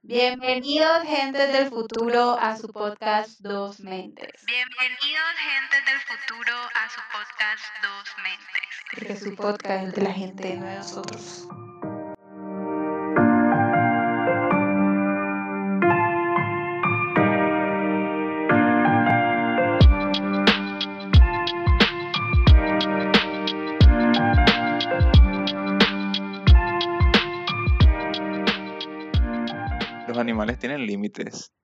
Bienvenidos, gente del futuro, a su podcast Dos Mentes. Bienvenidos, gente del futuro, a su podcast Dos Mentes. Porque su podcast es de la gente, no de nosotros. Los animales tienen límites.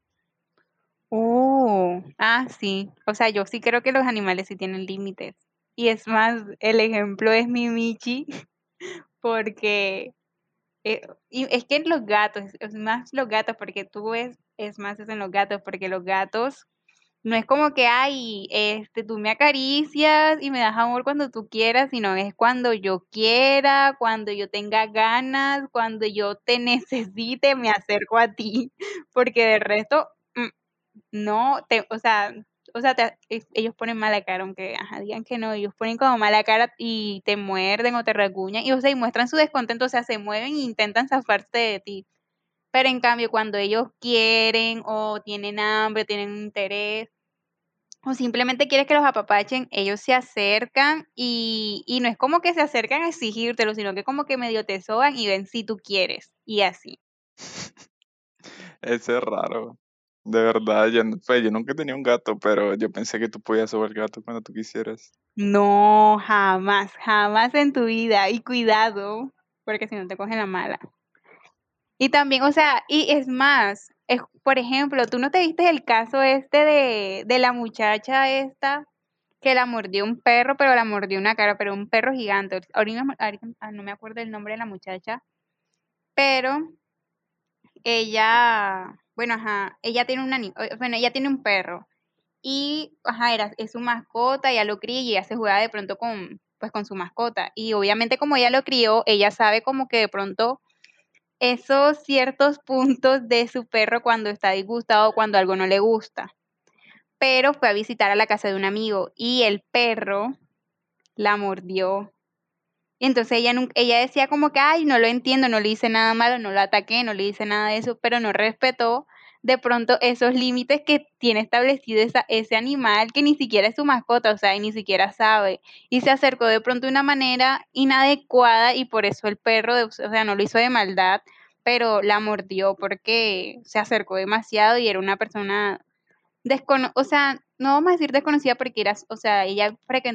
Sí. O sea, yo sí creo que los animales sí tienen límites. Y es más, el ejemplo es mi Michi, porque y es que en los gatos, es más los gatos, porque tú ves, es más es en los gatos, porque los gatos no es como que, ay, tú me acaricias y me das amor cuando tú quieras, sino es cuando yo quiera, cuando yo tenga ganas, cuando yo te necesite, me acerco a ti, porque de resto, no, ellos ponen mala cara, aunque digan que no, ellos ponen como mala cara y te muerden o te rasguñan, y muestran su descontento, o sea, se mueven e intentan zafarse de ti. Pero en cambio, cuando ellos quieren o tienen hambre, tienen interés, o simplemente quieres que los apapachen, ellos se acercan y no es como que se acercan a exigírtelo, sino que como que medio te soban y ven si tú quieres, y así. Eso es raro. De verdad, yo nunca he tenido un gato, pero yo pensé que tú podías sobar el gato cuando tú quisieras. No, jamás, jamás en tu vida. Y cuidado, porque si no te cogen la mala. Y también, o sea, y es más, por ejemplo, tú no te viste el caso de la muchacha esta que la mordió un perro, pero la mordió una cara, pero un perro gigante. Ahorita no me acuerdo el nombre de la muchacha, pero ella tiene ella tiene un perro. Y es su mascota, ella lo cría y ella se juega de pronto con su mascota. Y obviamente como ella lo crió, ella sabe como que de pronto esos ciertos puntos de su perro cuando está disgustado o cuando algo no le gusta. Pero fue a visitar a la casa de un amigo y el perro la mordió. Y entonces ella decía como que, ay, no lo entiendo, no le hice nada malo, no lo ataqué, no le hice nada de eso, pero no respetó de pronto esos límites que tiene establecido ese animal que ni siquiera es su mascota, o sea, y ni siquiera sabe. Y se acercó de pronto de una manera inadecuada y por eso el perro, o sea, no lo hizo de maldad, pero la mordió porque se acercó demasiado y era una persona o sea, no vamos a decir desconocida porque o sea, ella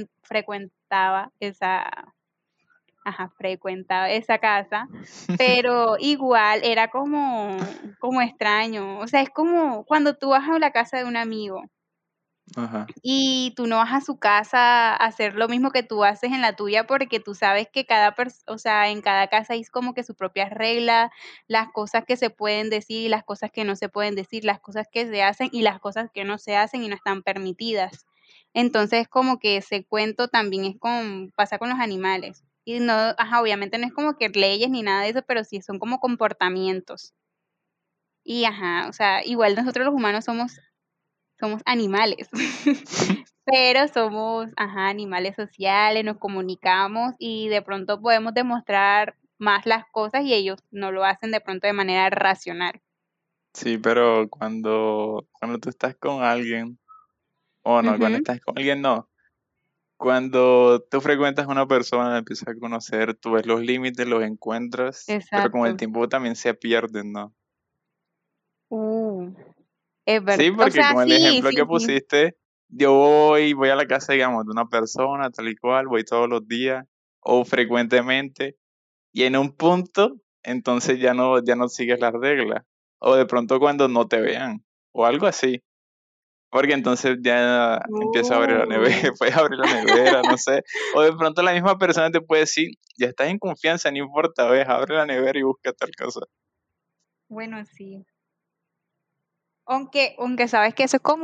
frecuentaba esa casa, pero igual era como extraño. O sea, es como cuando tú vas a la casa de un amigo Ajá. y tú no vas a su casa a hacer lo mismo que tú haces en la tuya porque tú sabes que o sea, en cada casa hay como que sus propias reglas, las cosas que se pueden decir y las cosas que no se pueden decir, las cosas que se hacen y las cosas que no se hacen y no están permitidas. Entonces, como que ese cuento también pasa con los animales. Y no, obviamente no es como que leyes ni nada de eso, pero sí son como comportamientos. Y o sea, igual nosotros los humanos somos animales, pero somos, animales sociales, nos comunicamos y de pronto podemos demostrar más las cosas y ellos no lo hacen de pronto de manera racional. Sí, pero cuando tú estás con alguien, o no, cuando Ujú, estás con alguien no. Cuando tú frecuentas a una persona, la empiezas a conocer, tú ves los límites, los encuentras, pero con el exacto. tiempo también se pierden, ¿no? Uh, es verdad. Sí, O porque sea, con el sí, ejemplo que sí, sí. pusiste, yo voy a la casa, digamos, de una persona, tal y cual, voy todos los días o frecuentemente, y en un punto, entonces ya no sigues las reglas. O de pronto cuando no te vean, o algo así. Porque entonces ya empieza a abrir la nevera, Uh. puedes abrir la nevera, no sé. O de pronto la misma persona te puede decir, ya estás en confianza, no importa, ves, abre la nevera y busca tal cosa. Bueno, sí. Aunque sabes que eso es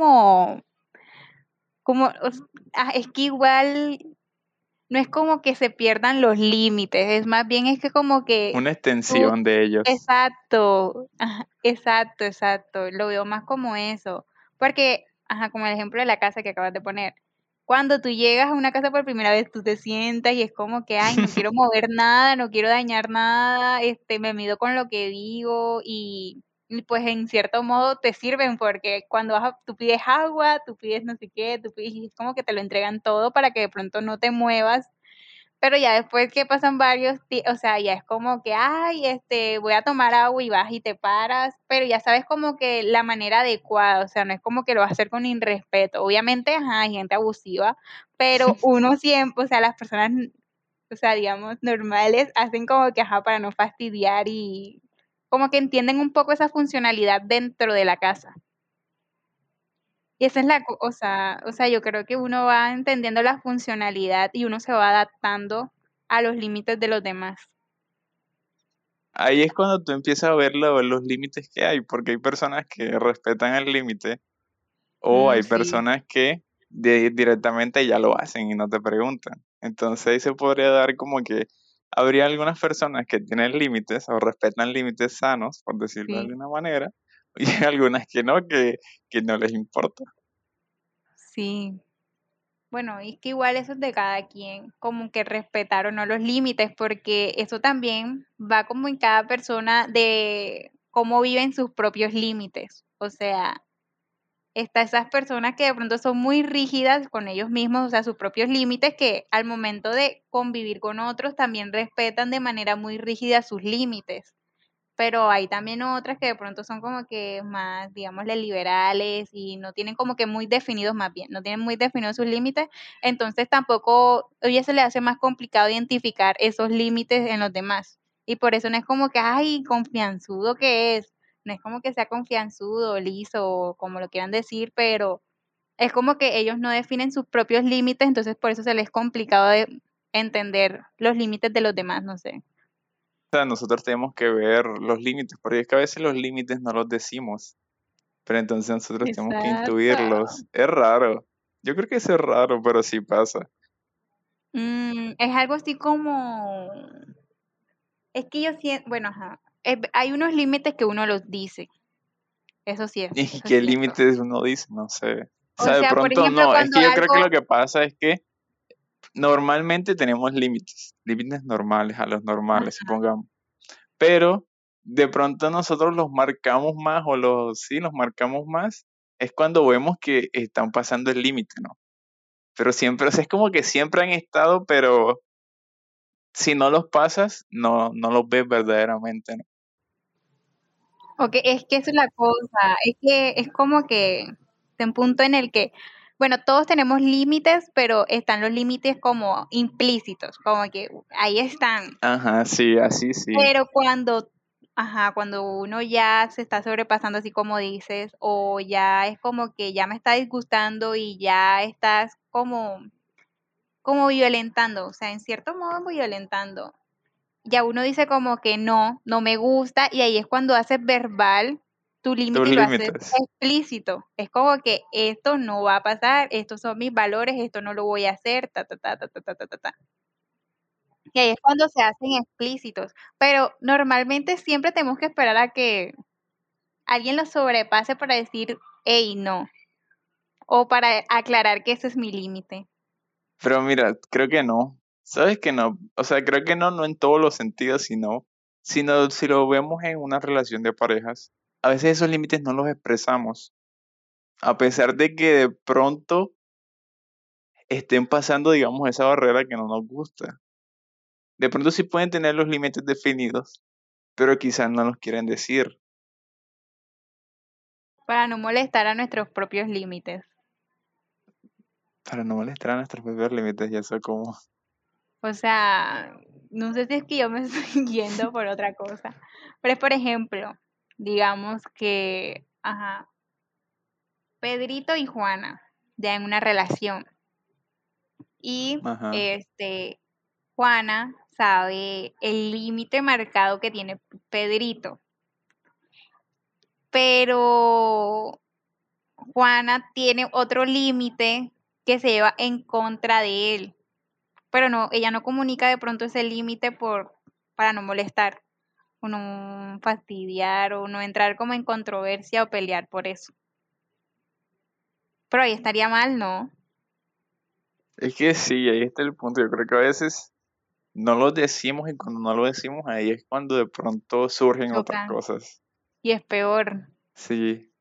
es que igual no es como que se pierdan los límites, es más bien es que como que Una tú, extensión de ellos. exacto, exacto, lo veo más como eso, porque, como el ejemplo de la casa que acabas de poner, cuando tú llegas a una casa por primera vez, tú te sientas y es como que, ay, no quiero mover nada, no quiero dañar nada, me mido con lo que digo y pues en cierto modo te sirven porque cuando tú pides agua, tú pides no sé qué, tú pides, y es como que te lo entregan todo para que de pronto no te muevas, pero ya después que pasan o sea, ya es como que, ay, voy a tomar agua y vas y te paras, pero ya sabes como que la manera adecuada, o sea, no es como que lo vas a hacer con irrespeto. Obviamente, ajá, hay gente abusiva, pero uno siempre, o sea, las personas, o sea, digamos, normales, hacen como que, ajá, para no fastidiar y como que entienden un poco esa funcionalidad dentro de la casa. Y esa es o sea, yo creo que uno va entendiendo la funcionalidad y uno se va adaptando a los límites de los demás. Ahí es cuando tú empiezas a ver los límites que hay, porque hay personas que respetan el límite o hay Sí, personas que directamente ya lo hacen y no te preguntan. Entonces ahí se podría dar como que habría algunas personas que tienen límites o respetan límites sanos, por decirlo de sí, alguna manera, y hay algunas que no, que no les importa. sí. Bueno, y es que igual eso es de cada quien, como que respetar o no los límites, porque eso también va como en cada persona de cómo viven sus propios límites. O sea, está esas personas que de pronto son muy rígidas con ellos mismos, o sea, sus propios límites, que al momento de convivir con otros también respetan de manera muy rígida sus límites. Pero hay también otras que de pronto son como que más, digámosle, liberales y no tienen como que muy definidos, más bien, no tienen muy definidos sus límites, entonces tampoco, oye, se le hace más complicado identificar esos límites en los demás. Y por eso no es como que, ay, confianzudo que es, no es como que sea confianzudo, liso, o como lo quieran decir, pero es como que ellos no definen sus propios límites, entonces por eso se les es complicado de entender los límites de los demás, no sé. O sea, nosotros tenemos que ver los límites, porque es que a veces los límites no los decimos, pero entonces nosotros tenemos que Exacto. intuirlos. Es raro. Yo creo que eso es raro, pero sí pasa. Es algo así como, es que yo siento, bueno, ajá, hay unos límites que uno los dice, ¿Y eso es qué cierto. límites uno dice? No sé. O O sea, de sea, por pronto ejemplo, no. Es cuando que yo creo que algo, lo que pasa es que normalmente tenemos límites, límites normales, a los normales, ajá, supongamos. Pero de pronto nosotros los marcamos más sí, los marcamos más, es cuando vemos que están pasando el límite, ¿no? Pero siempre, o sea, es como que siempre han estado, pero si no los pasas, no los ves verdaderamente, ¿no? ok, es que esa es la cosa, es que es como que de un punto en el que, bueno, todos tenemos límites, pero están los límites como implícitos, como que ahí están. Ajá, sí, así sí. Pero cuando, ajá, cuando uno ya se está sobrepasando, así como dices, o ya es como que ya me está disgustando y ya estás como violentando, o sea, en cierto modo violentando. Ya uno dice como que no, no me gusta, y ahí es cuando haces verbal tu Tus límite y lo haces límites. explícito. Es como que esto no va a pasar, estos son mis valores, esto no lo voy a hacer, ta, ta, ta, ta, ta, ta, ta, ta, ta. Y ahí es cuando se hacen explícitos. Pero normalmente siempre tenemos que esperar a que alguien lo sobrepase para decir, hey, no. O para aclarar que ese es mi límite. Pero mira, creo que no. ¿Sabes que no? O sea, creo que no en todos los sentidos, sino si lo vemos en una relación de parejas, a veces esos límites no los expresamos, a pesar de que de pronto estén pasando, digamos, esa barrera que no nos gusta. De pronto sí pueden tener los límites definidos, pero quizás no los quieren decir, Para no molestar a nuestros propios límites. para no molestar a nuestros propios límites, y eso como, O sea, no sé si es que yo me estoy yendo por otra cosa. Pero es, por ejemplo, digamos que, ajá, Pedrito y Juana, ya en una relación. Y ajá. Juana sabe el límite marcado que tiene Pedrito. Pero Juana tiene otro límite que se lleva en contra de él, pero no, ella no comunica de pronto ese límite para no molestar, o no fastidiar, o no entrar como en controversia o pelear por eso. Pero ahí estaría mal, ¿no? Es que sí, ahí está el punto. Yo creo que a veces no lo decimos y cuando no lo decimos ahí es cuando de pronto surgen otras Chocan. cosas. y es peor. Sí,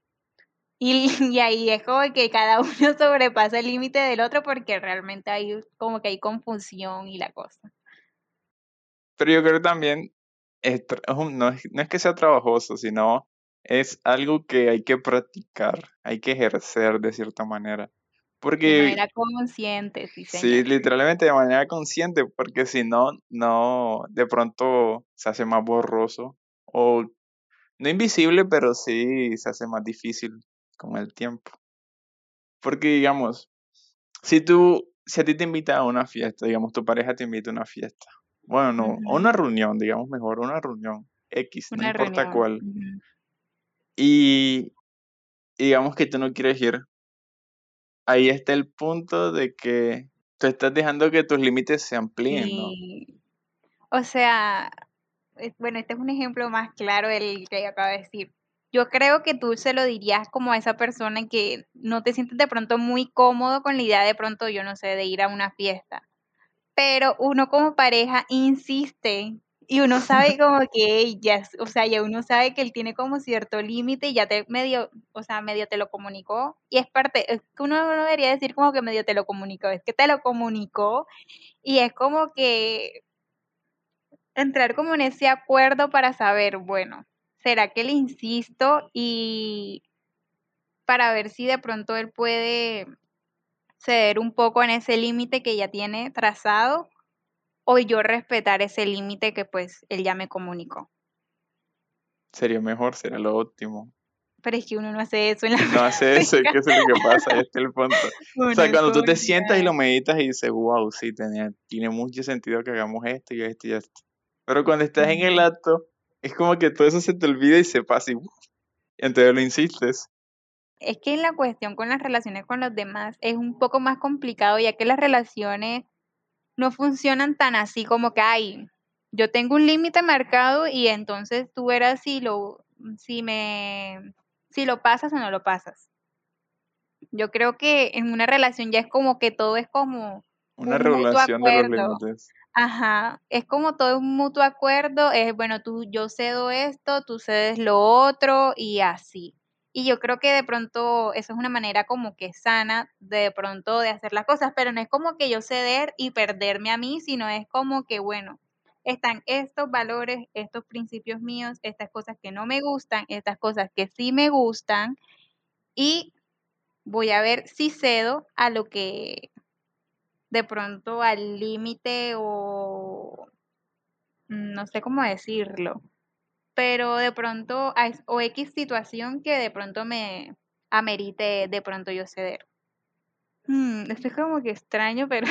Y ahí es como que cada uno sobrepasa el límite del otro porque realmente hay como que hay confusión y la cosa. pero yo creo que también no es que sea trabajoso, sino es algo que hay que practicar, hay que ejercer de cierta manera. De Porque manera consciente, sí, sí, señor. literalmente de manera consciente, porque si no, no, de pronto se hace más borroso o no invisible, pero sí se hace más difícil con el tiempo. Porque digamos, si a ti te invitan a una fiesta, digamos, tu pareja te invita a una fiesta, bueno, no, a Ujú. una reunión, digamos mejor, una reunión X, no Una importa reunión. cuál, Ujú. y digamos que tú no quieres ir, ahí está el punto de que tú estás dejando que tus límites se amplíen, ¿no? Y, o sea, bueno, este es un ejemplo más claro del que acabo de decir. Yo creo que tú se lo dirías como a esa persona que no te sientes de pronto muy cómodo con la idea de pronto, yo no sé, de ir a una fiesta. Pero uno como pareja insiste y uno sabe como que ey, ya, o sea, ya uno sabe que él tiene como cierto límite y ya te medio, o sea, medio te lo comunicó y es parte, es que uno no debería decir como que medio te lo comunicó, es que te lo comunicó y es como que entrar como en ese acuerdo para saber, bueno, ¿será que le insisto? Y para ver si de pronto él puede ceder un poco en ese límite que ya tiene trazado o yo respetar ese límite que pues él ya me comunicó. Sería mejor, sería lo óptimo. Pero es que uno no hace eso en la No hace eso, es práctica. que eso es lo que pasa, este es el punto. O Uno sea, es cuando tú como te que, sientas y lo meditas y dices, wow, sí, tiene mucho sentido que hagamos esto y esto y esto. Pero cuando estás en el ujú. acto, es como que todo eso se te olvida y se pasa y entonces lo insistes. Es que en la cuestión con las relaciones con los demás es un poco más complicado, ya que las relaciones no funcionan tan así como que, ay, yo tengo un límite marcado y entonces tú verás si me, si lo pasas o no lo pasas. Yo creo que en una relación ya es como que todo es como Una un mutuo regulación de los acuerdo. límites. Ajá, es como todo un mutuo acuerdo, es bueno, yo cedo esto, tú cedes lo otro y así. Y yo creo que de pronto eso es una manera como que sana de pronto de hacer las cosas, pero no es como que yo ceder y perderme a mí, sino es como que, bueno, están estos valores, estos principios míos, estas cosas que no me gustan, estas cosas que sí me gustan y voy a ver si cedo a lo que de pronto al límite o no sé cómo decirlo, pero de pronto o X situación que de pronto me amerite de pronto yo ceder. Esto es como que extraño, pero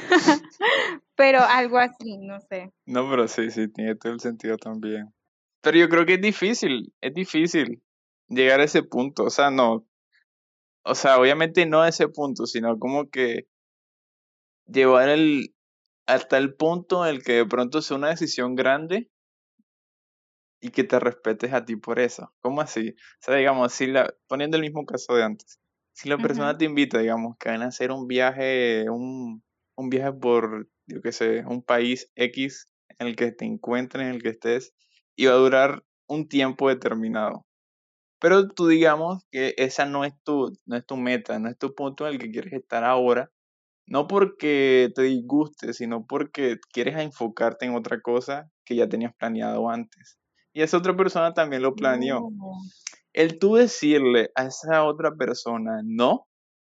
pero algo así, no sé. No, pero sí, sí, tiene todo el sentido también. Pero yo creo que es difícil llegar a ese punto. O sea, no, o sea, obviamente no a ese punto, sino como que llevar hasta el punto en el que de pronto sea una decisión grande y que te respetes a ti por eso. ¿Cómo así? O sea, digamos, poniendo el mismo caso de antes, si la persona Ujú. te invita, digamos, que van a hacer un viaje por, yo qué sé, un país X en el que te encuentres, en el que estés, y va a durar un tiempo determinado. Pero tú digamos que esa no es tu meta, no es tu punto en el que quieres estar ahora, no porque te disguste, sino porque quieres enfocarte en otra cosa que ya tenías planeado antes. Y esa otra persona también lo planeó. Oh, El tú decirle a esa otra persona no,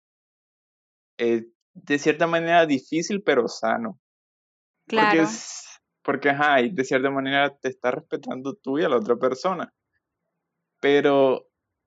es de cierta manera difícil, pero sano. Porque claro. porque ajá, y de cierta manera te está respetando tú y a la otra persona. Pero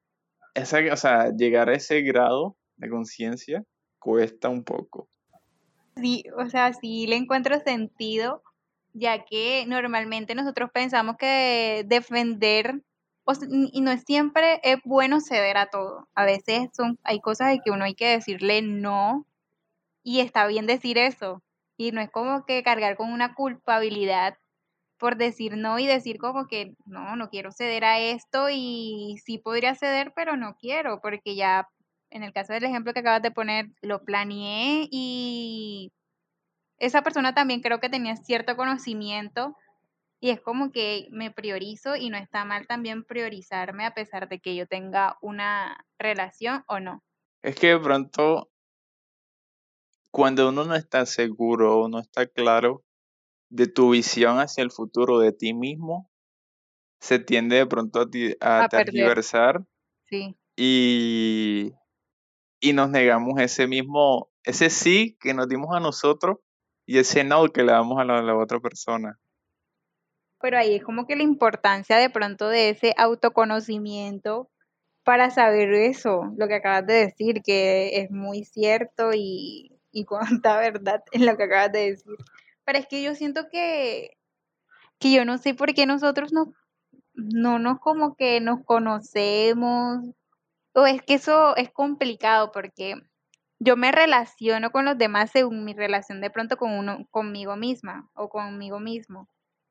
o sea, llegar a ese grado de conciencia cuesta un poco. Sí, o sea, sí le encuentro sentido, ya que normalmente nosotros pensamos que defender, y no es siempre es bueno ceder a todo. A veces hay cosas de que uno hay que decirle no, y está bien decir eso. Y no es como que cargar con una culpabilidad por decir no y decir como que no, no quiero ceder a esto y sí podría ceder, pero no quiero, porque ya en el caso del ejemplo que acabas de poner, lo planeé y esa persona también creo que tenía cierto conocimiento Y es como que me priorizo y no está mal también priorizarme a pesar de que yo tenga una relación o no. Es que de pronto, cuando uno no está seguro o no está claro de tu visión hacia el futuro de ti mismo, se tiende de pronto a A perder, tergiversar sí. y, y nos negamos ese sí que nos dimos a nosotros y ese no que le damos a la otra persona. Pero ahí es como que la importancia de pronto de ese autoconocimiento para saber eso, lo que acabas de decir, que es muy cierto y cuánta verdad en lo que acabas de decir. Pero es que yo siento que yo no sé por qué nosotros no nos como que nos conocemos, o es que eso es complicado porque yo me relaciono con los demás según mi relación de pronto conmigo misma o conmigo mismo,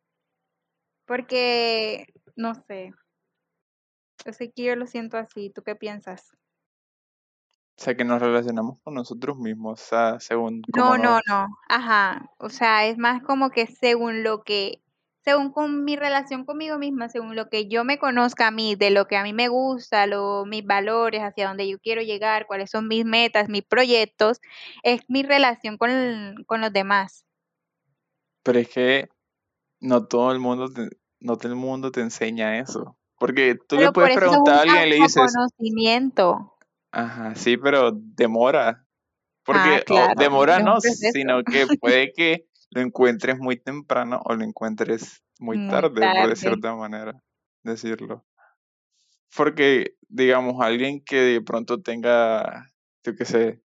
porque no sé, yo sé que yo lo siento así, ¿tú qué piensas? O sea, que nos relacionamos con nosotros mismos, o sea, según cómo No, ajá, o sea, es más como que según con mi relación conmigo misma, según lo que yo me conozca a mí, de lo que a mí me gusta, mis valores, hacia dónde yo quiero llegar, cuáles son mis metas, mis proyectos, es mi relación con los demás. Pero es que no todo el mundo no todo el mundo te enseña eso. Porque tú le Pero por puedes eso es preguntar un a alguien y le dices, autoconocimiento. ajá, sí, pero demora. Ah, Porque, o claro, demora es un no, proceso sino que puede que lo encuentres muy temprano o lo encuentres muy muy tarde, por de tarde. cierta manera decirlo. Porque, digamos, alguien que de pronto tenga, yo qué sé,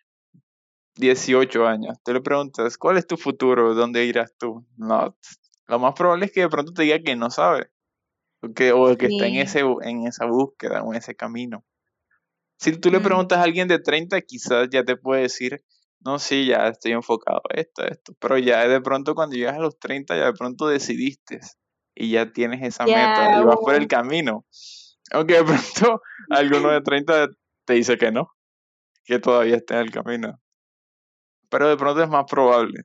18 años, tú le preguntas, ¿cuál es tu futuro? ¿Dónde irás tú? No, lo más probable es que de pronto te diga que no sabe, o que está Sí, en esa búsqueda o en ese camino. Si tú le ujú, preguntas a alguien de 30, quizás ya te puede decir, no, sí, ya estoy enfocado a esto, pero ya de pronto cuando llegas a los 30, ya de pronto decidiste y ya tienes esa meta ya, y vas por el camino. Aunque de pronto alguno de 30 te dice que no, que todavía está en el camino, pero de pronto es más probable.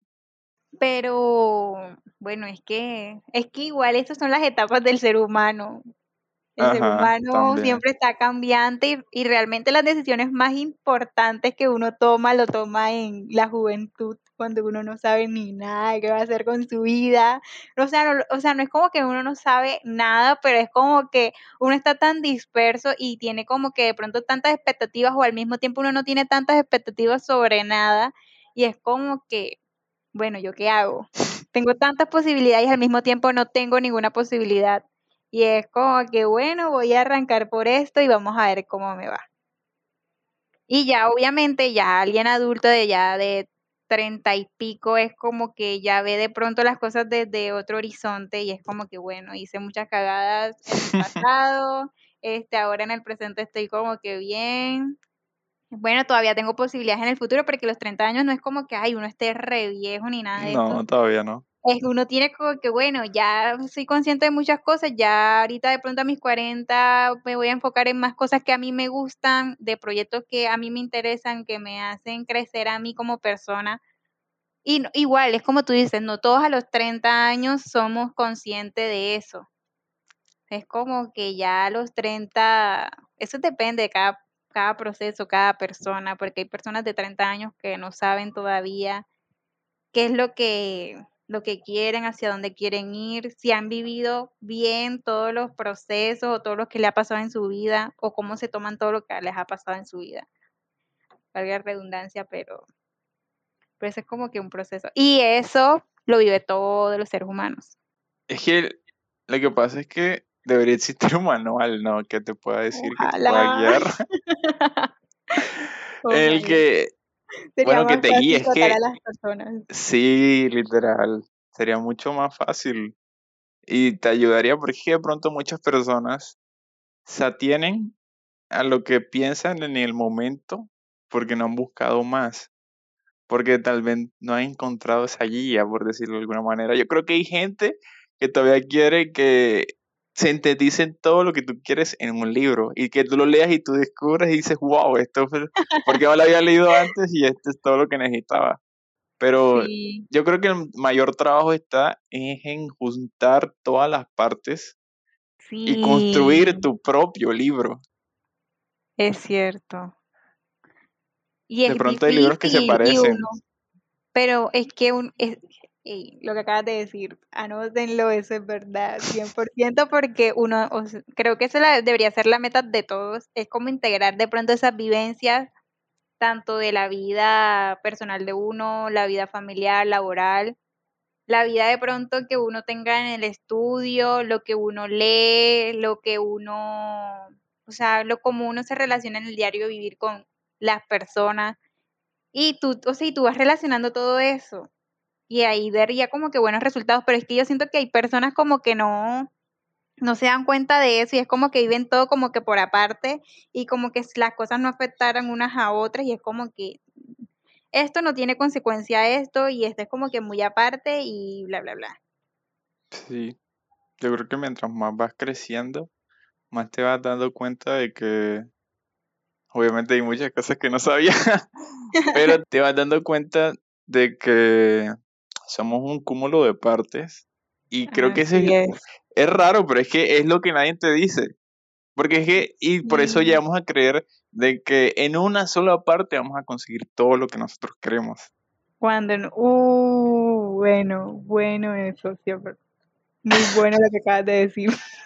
pero bueno, es que igual estas son las etapas del ser humano. El ser Ajá, humano también. siempre está cambiante y realmente las decisiones más importantes que uno toma, lo toma en la juventud, cuando uno no sabe ni nada de qué va a hacer con su vida. O sea, no es como que uno no sabe nada, pero es como que uno está tan disperso y tiene como que de pronto tantas expectativas o al mismo tiempo uno no tiene tantas expectativas sobre nada y es como que, bueno, ¿yo qué hago? Tengo tantas posibilidades y al mismo tiempo no tengo ninguna posibilidad. Y es como que, bueno, voy a arrancar por esto y vamos a ver cómo me va. Y ya, obviamente, ya alguien adulto de 30 y pico es como que ya ve de pronto las cosas desde otro horizonte y es como que, bueno, hice muchas cagadas en el pasado, ahora en el presente estoy como que bien. Bueno, todavía tengo posibilidades en el futuro porque los 30 años no es como que, ay, uno esté re viejo ni nada de eso. No, todavía no. Uno tiene como que, bueno, ya soy consciente de muchas cosas, ya ahorita de pronto a mis 40 me voy a enfocar en más cosas que a mí me gustan, de proyectos que a mí me interesan, que me hacen crecer a mí como persona. Y igual, es como tú dices, no todos a los 30 años somos conscientes de eso. Es como que ya a los 30 eso depende de cada proceso, cada persona, porque hay personas de 30 años que no saben todavía qué es lo que quieren, hacia dónde quieren ir, si han vivido bien todos los procesos o todo lo que le ha pasado en su vida o cómo se toman todo lo que les ha pasado en su vida. Valga la redundancia, pero eso es como que un proceso. Y eso lo vive todos los seres humanos. Es que lo que pasa es que debería existir un manual, ¿no? Que te pueda decir, que te pueda Ojalá, guiar, el ojalá. que, Sería bueno, que más te fácil guíe, es tratar que a las personas. sí, literal, sería mucho más fácil y te ayudaría porque es que de pronto muchas personas se atienen a lo que piensan en el momento porque no han buscado más, porque tal vez no han encontrado esa guía, por decirlo de alguna manera. Yo creo que hay gente que todavía quiere que sinteticen todo lo que tú quieres en un libro y que tú lo leas y tú descubres y dices, wow, esto fue porque no lo había leído antes y esto es todo lo que necesitaba. Pero Sí, yo creo que el mayor trabajo está en juntar todas las partes y construir sí, tu propio libro. es cierto. Y De es pronto hay libros que se difícil, parecen. pero es que ey, lo que acabas de decir, anótenlo, eso es verdad, 100%, porque uno, creo que debería ser la meta de todos, es como integrar de pronto esas vivencias, tanto de la vida personal de uno, la vida familiar, laboral, la vida de pronto que uno tenga en el estudio, lo que uno lee, lo que uno, o sea, lo como uno se relaciona en el diario vivir con las personas. Y tú, o sea, y tú vas relacionando todo eso. Y ahí vería como que buenos resultados. Pero es que yo siento que hay personas como que no se dan cuenta de eso y es como que viven todo como que por aparte y como que las cosas no afectaran unas a otras y es como que esto no tiene consecuencia a esto y esto es como que muy aparte y bla, bla, bla. Sí, yo creo que mientras más vas creciendo, más te vas dando cuenta de que obviamente hay muchas cosas que no sabía, pero te vas dando cuenta de que somos un cúmulo de partes y creo que Así es. es raro, pero es que es lo que nadie te dice, porque es que, y por eso Sí. llegamos a creer de que en una sola parte vamos a conseguir todo lo que nosotros queremos. Cuando no, bueno, bueno eso, siempre. Muy bueno lo que acabas de decir.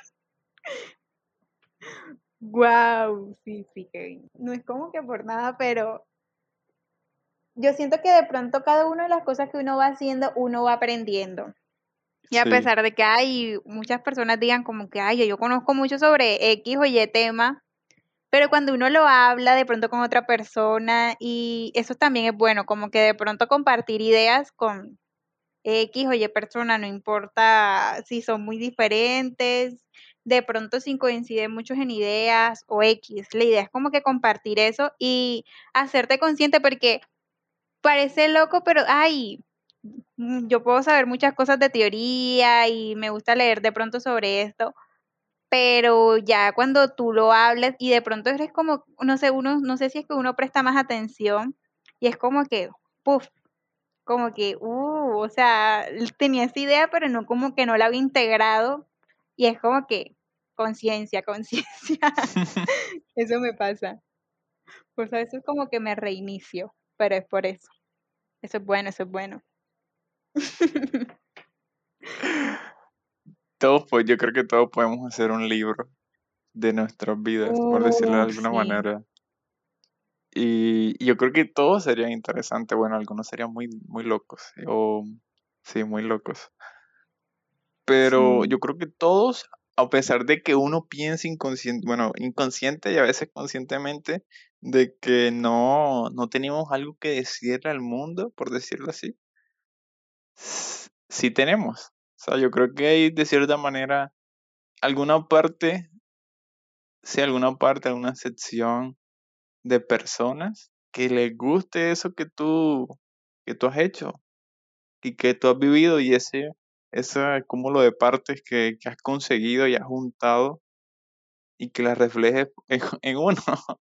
Wow, sí, sí, Kevin. No es como que por nada, pero yo siento que de pronto cada una de las cosas que uno va haciendo, uno va aprendiendo. Y a Sí, pesar de que hay muchas personas digan como que, ay, yo conozco mucho sobre X o Y tema, pero cuando uno lo habla de pronto con otra persona, y eso también es bueno, como que de pronto compartir ideas con X o Y persona, no importa si son muy diferentes, de pronto si coinciden muchos en ideas o X, la idea es como que compartir eso y hacerte consciente porque parece loco, pero ay, yo puedo saber muchas cosas de teoría y me gusta leer de pronto sobre esto, pero ya cuando tú lo hablas y de pronto eres como, no sé, uno, no sé si es que uno presta más atención y es como que, puff, como que, o sea, tenía esa idea, pero no como que no la había integrado y es como que conciencia, conciencia, eso me pasa. Por eso es como que me reinicio, pero es por eso. Eso es bueno, eso es bueno. todos, pues yo creo que todos podemos hacer un libro de nuestras vidas, por decirlo de alguna Sí, manera. Y yo creo que todos serían interesantes. Bueno, algunos serían muy, muy locos. O sí, muy locos. Pero sí, yo creo que todos, a pesar de que uno piense inconsciente, bueno, inconsciente y a veces conscientemente, de que no tenemos algo que decirle al mundo, por decirlo así, sí tenemos. O sea, yo creo que hay de cierta manera alguna parte, sí, alguna parte, alguna sección de personas que les guste eso que tú has hecho y que tú has vivido y ese cúmulo de partes que has conseguido y has juntado y que las reflejes en uno.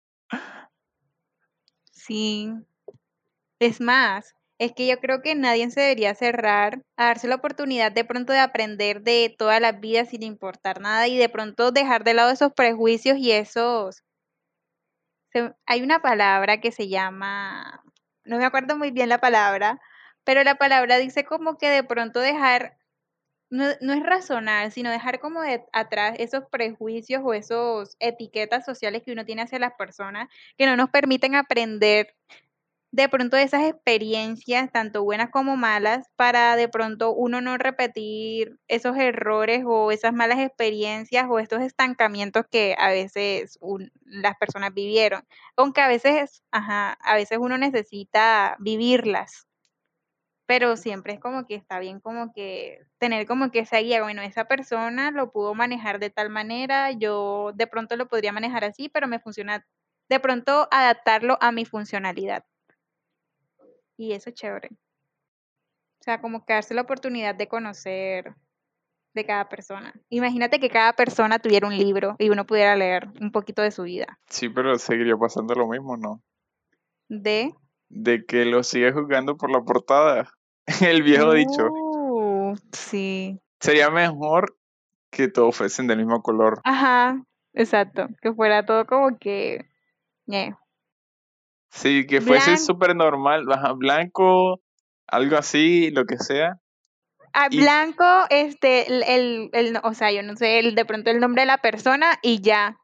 sí. Es más, es que yo creo que nadie se debería cerrar a darse la oportunidad de pronto de aprender de todas las vidas sin importar nada y de pronto dejar de lado esos prejuicios y esos... hay una palabra que se llama, no me acuerdo muy bien la palabra, pero la palabra dice como que de pronto dejar, no es razonar, sino dejar como de atrás esos prejuicios o esos etiquetas sociales que uno tiene hacia las personas que no nos permiten aprender de pronto esas experiencias, tanto buenas como malas, para de pronto uno no repetir esos errores o esas malas experiencias o estos estancamientos que a veces las personas vivieron. Aunque a veces, ajá, a veces uno necesita vivirlas, pero siempre es como que está bien como que tener como que esa guía, bueno, esa persona lo pudo manejar de tal manera, yo de pronto lo podría manejar así, pero me funciona, de pronto adaptarlo a mi funcionalidad. Y eso es chévere. O sea, como que darse la oportunidad de conocer de cada persona. Imagínate que cada persona tuviera un libro y uno pudiera leer un poquito de su vida. Sí, pero seguiría pasando lo mismo, ¿no? ¿De? de que lo sigue juzgando por la portada. El viejo dicho, Sí. sería mejor que todos fuesen del mismo color. Ajá, exacto. Que fuera todo como que Sí, que fuese blanco. súper normal, ajá, blanco, algo así, lo que sea. Y Blanco, o sea, yo no sé, de pronto el nombre de la persona y ya.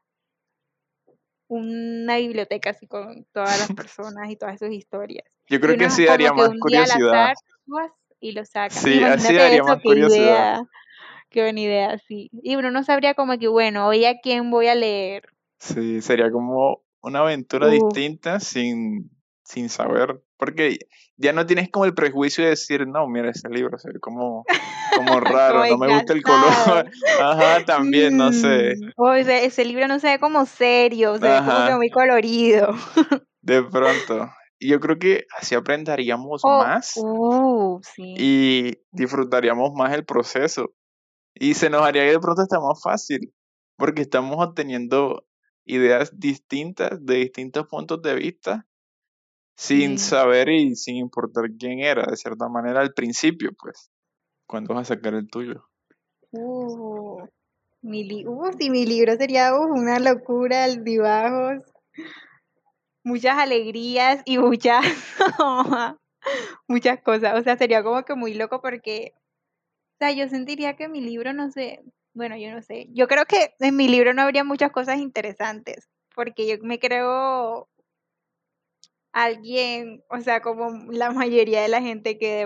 Una biblioteca así con todas las personas y todas sus historias. yo Y creo que uno sí daría como que más un día al curiosidad. azar y lo saca. Sí, así Imagínate daría eso, más curiosidad. qué buena idea, sí. Y uno no sabría como que, bueno, hoy a quién voy a leer. Sí, sería como una aventura Uf, distinta sin saber, porque ya no tienes como el prejuicio de decir, no, mira ese libro, se ve como como raro, no me gusta el color. desgastado. Ajá, también, no sé. O ese libro no se ve como serio, se ve como que Ajá, muy colorido. de pronto. Y yo creo que así aprenderíamos O, más sí. y disfrutaríamos más el proceso. Y se nos haría de pronto hasta más fácil, porque estamos obteniendo ideas distintas de distintos puntos de vista, sin Sí. saber y sin importar quién era, de cierta manera, al principio, pues, cuando vas a sacar el tuyo. Uh, sí, mi libro sería una locura, altibajos, muchas alegrías y muchas, muchas cosas. O sea, sería como que muy loco porque, o sea, yo sentiría que mi libro, no sé, bueno, yo no sé. Yo creo que en mi libro no habría muchas cosas interesantes, porque yo me creo alguien, o sea, como la mayoría de la gente que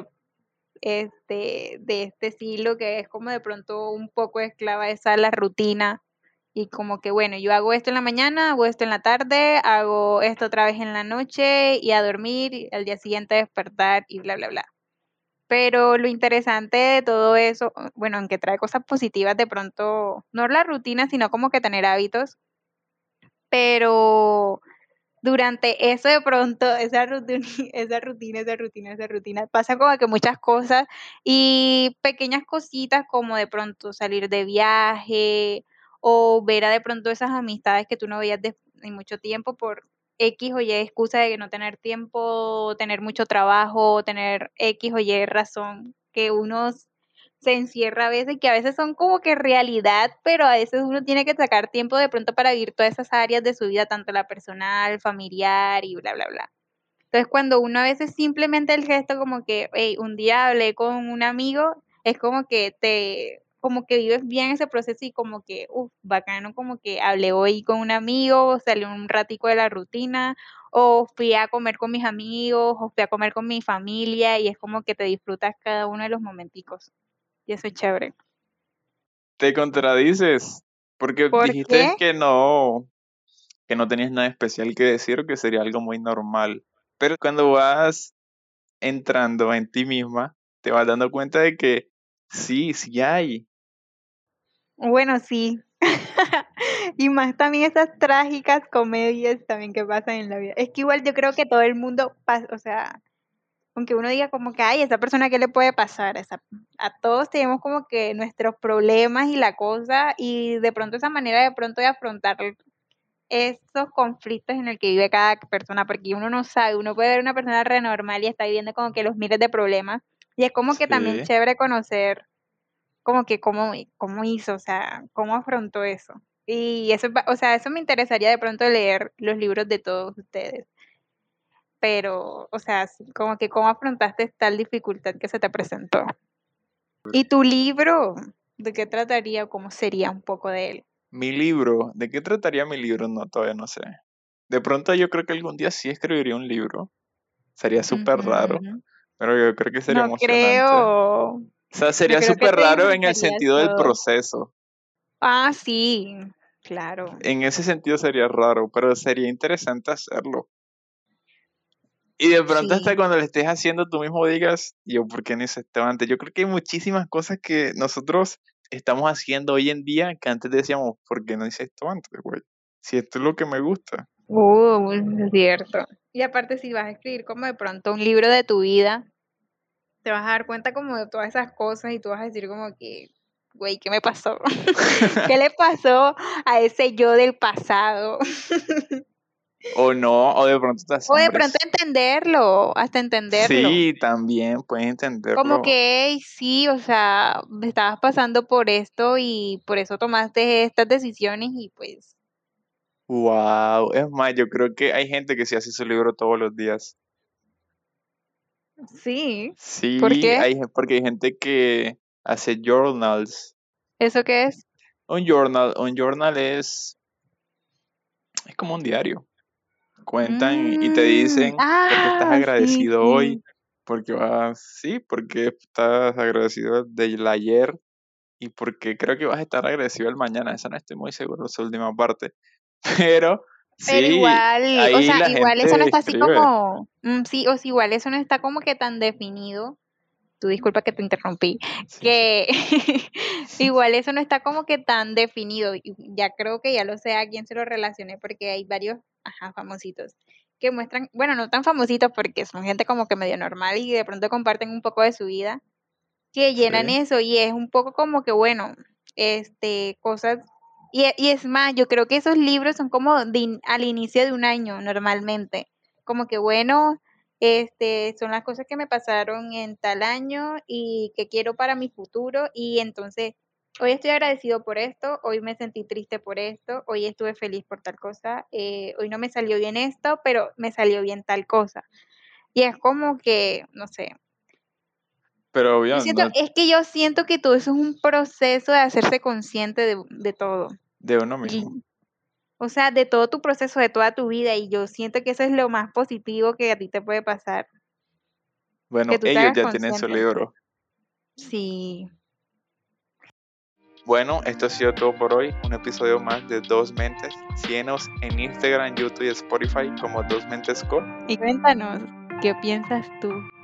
de este siglo, que es como de pronto un poco esclava de esa la rutina y como que bueno, yo hago esto en la mañana, hago esto en la tarde, hago esto otra vez en la noche y a dormir y al día siguiente despertar y bla, bla, bla. Pero lo interesante de todo eso, bueno, aunque trae cosas positivas de pronto, no la rutina, sino como que tener hábitos, pero durante eso de pronto, esa rutina, pasa como que muchas cosas y pequeñas cositas como de pronto salir de viaje o ver a de pronto esas amistades que tú no veías en mucho tiempo por X o Y excusa de no tener tiempo, tener mucho trabajo, tener X o Y razón que uno se encierra a veces, que a veces son como que realidad, pero a veces uno tiene que sacar tiempo de pronto para vivir todas esas áreas de su vida, tanto la personal, familiar y bla, bla, bla. Entonces, cuando uno a veces simplemente el gesto como que, hey, un día hablé con un amigo, es como que vives bien ese proceso y como que, bacano, como que hablé hoy con un amigo, salió un ratico de la rutina, o fui a comer con mis amigos, o fui a comer con mi familia, y es como que te disfrutas cada uno de los momenticos. Y eso es chévere. Te contradices, porque ¿Por dijiste qué? que no tenías nada especial que decir o que sería algo muy normal. Pero cuando vas entrando en ti misma, te vas dando cuenta de que sí hay. Bueno, sí. Y más también esas trágicas comedias también que pasan en la vida. Es que igual yo creo que todo el mundo pasa, o sea, aunque uno diga como que, ay, esa persona, ¿qué le puede pasar? A todos tenemos como que nuestros problemas y la cosa, y de pronto esa manera de pronto de afrontar esos conflictos en el que vive cada persona, porque uno no sabe, uno puede ver una persona re normal y está viviendo como que los miles de problemas, y es como que también Sí. chévere conocer como que cómo hizo, o sea, cómo afrontó eso. Y eso, o sea, eso me interesaría de pronto leer los libros de todos ustedes. Pero, o sea, sí, como que cómo afrontaste tal dificultad que se te presentó. ¿Y tu libro? ¿De qué trataría o cómo sería un poco de él? Mi libro, ¿de qué trataría mi libro? No, todavía no sé. De pronto yo creo que algún día sí escribiría un libro. Sería súper raro, Ujú. pero yo creo que sería No emocionante. O creo, sea, no sería creo que súper te raro en el disfrutarías sentido del todo. proceso. Ah, sí, claro. En ese sentido sería raro, pero sería interesante hacerlo. Y de pronto hasta Sí. cuando lo estés haciendo tú mismo digas, yo, ¿por qué no hice esto antes? Yo creo que hay muchísimas cosas que nosotros estamos haciendo hoy en día que antes decíamos, ¿por qué no hice esto antes, güey? Si esto es lo que me gusta. Es cierto. Y aparte, si vas a escribir como de pronto un libro de tu vida, te vas a dar cuenta como de todas esas cosas y tú vas a decir como que, güey, ¿qué me pasó? ¿Qué le pasó a ese yo del pasado? O no, o de pronto te O de asombres. pronto entenderlo, hasta entenderlo. Sí, también puedes Como entenderlo. que, "Ey, sí, o sea, me estabas pasando por esto y por eso tomaste estas decisiones y pues, Wow, es más, yo creo que hay gente que sí hace su libro todos los días. sí. ¿Por Sí, qué? porque hay gente que hace journals. ¿Eso qué es? Un journal es como un diario. Cuentan y te dicen por qué estás Ah, sí, agradecido hoy, sí. porque estás agradecido del ayer y porque creo que vas a estar agradecido el mañana. Esa no estoy muy seguro, esa última parte. Pero Pero sí, igual, o ahí sea, la igual eso no gente está así escribe. como, sí, o sea, igual eso no está como que tan definido. Tú disculpa que te interrumpí, Sí, sí. que igual eso no está como que tan definido. Y ya creo que ya lo sé a quién se lo relacioné porque hay varios, ajá, famositos que muestran, bueno, no tan famositos porque son gente como que medio normal y de pronto comparten un poco de su vida, que llenan Sí. eso y es un poco como que, bueno, cosas, y es más, yo creo que esos libros son como al inicio de un año normalmente, como que, bueno, son las cosas que me pasaron en tal año y que quiero para mi futuro y entonces, hoy estoy agradecido por esto, hoy me sentí triste por esto, hoy estuve feliz por tal cosa, hoy no me salió bien esto, pero me salió bien tal cosa. Y es como que, no sé, Pero obvio, no yo siento que todo eso es un proceso de hacerse consciente de todo. de uno mismo. Y, o sea, de todo tu proceso, de toda tu vida. Y yo siento que eso es lo más positivo que a ti te puede pasar. Bueno, Que tú te ellos hagas ya tienen su consciente. libro. Sí. Bueno, esto ha sido todo por hoy. Un episodio más de Dos Mentes. Síguenos en Instagram, YouTube y Spotify como Dos Mentes Co. Y cuéntanos, ¿qué piensas tú?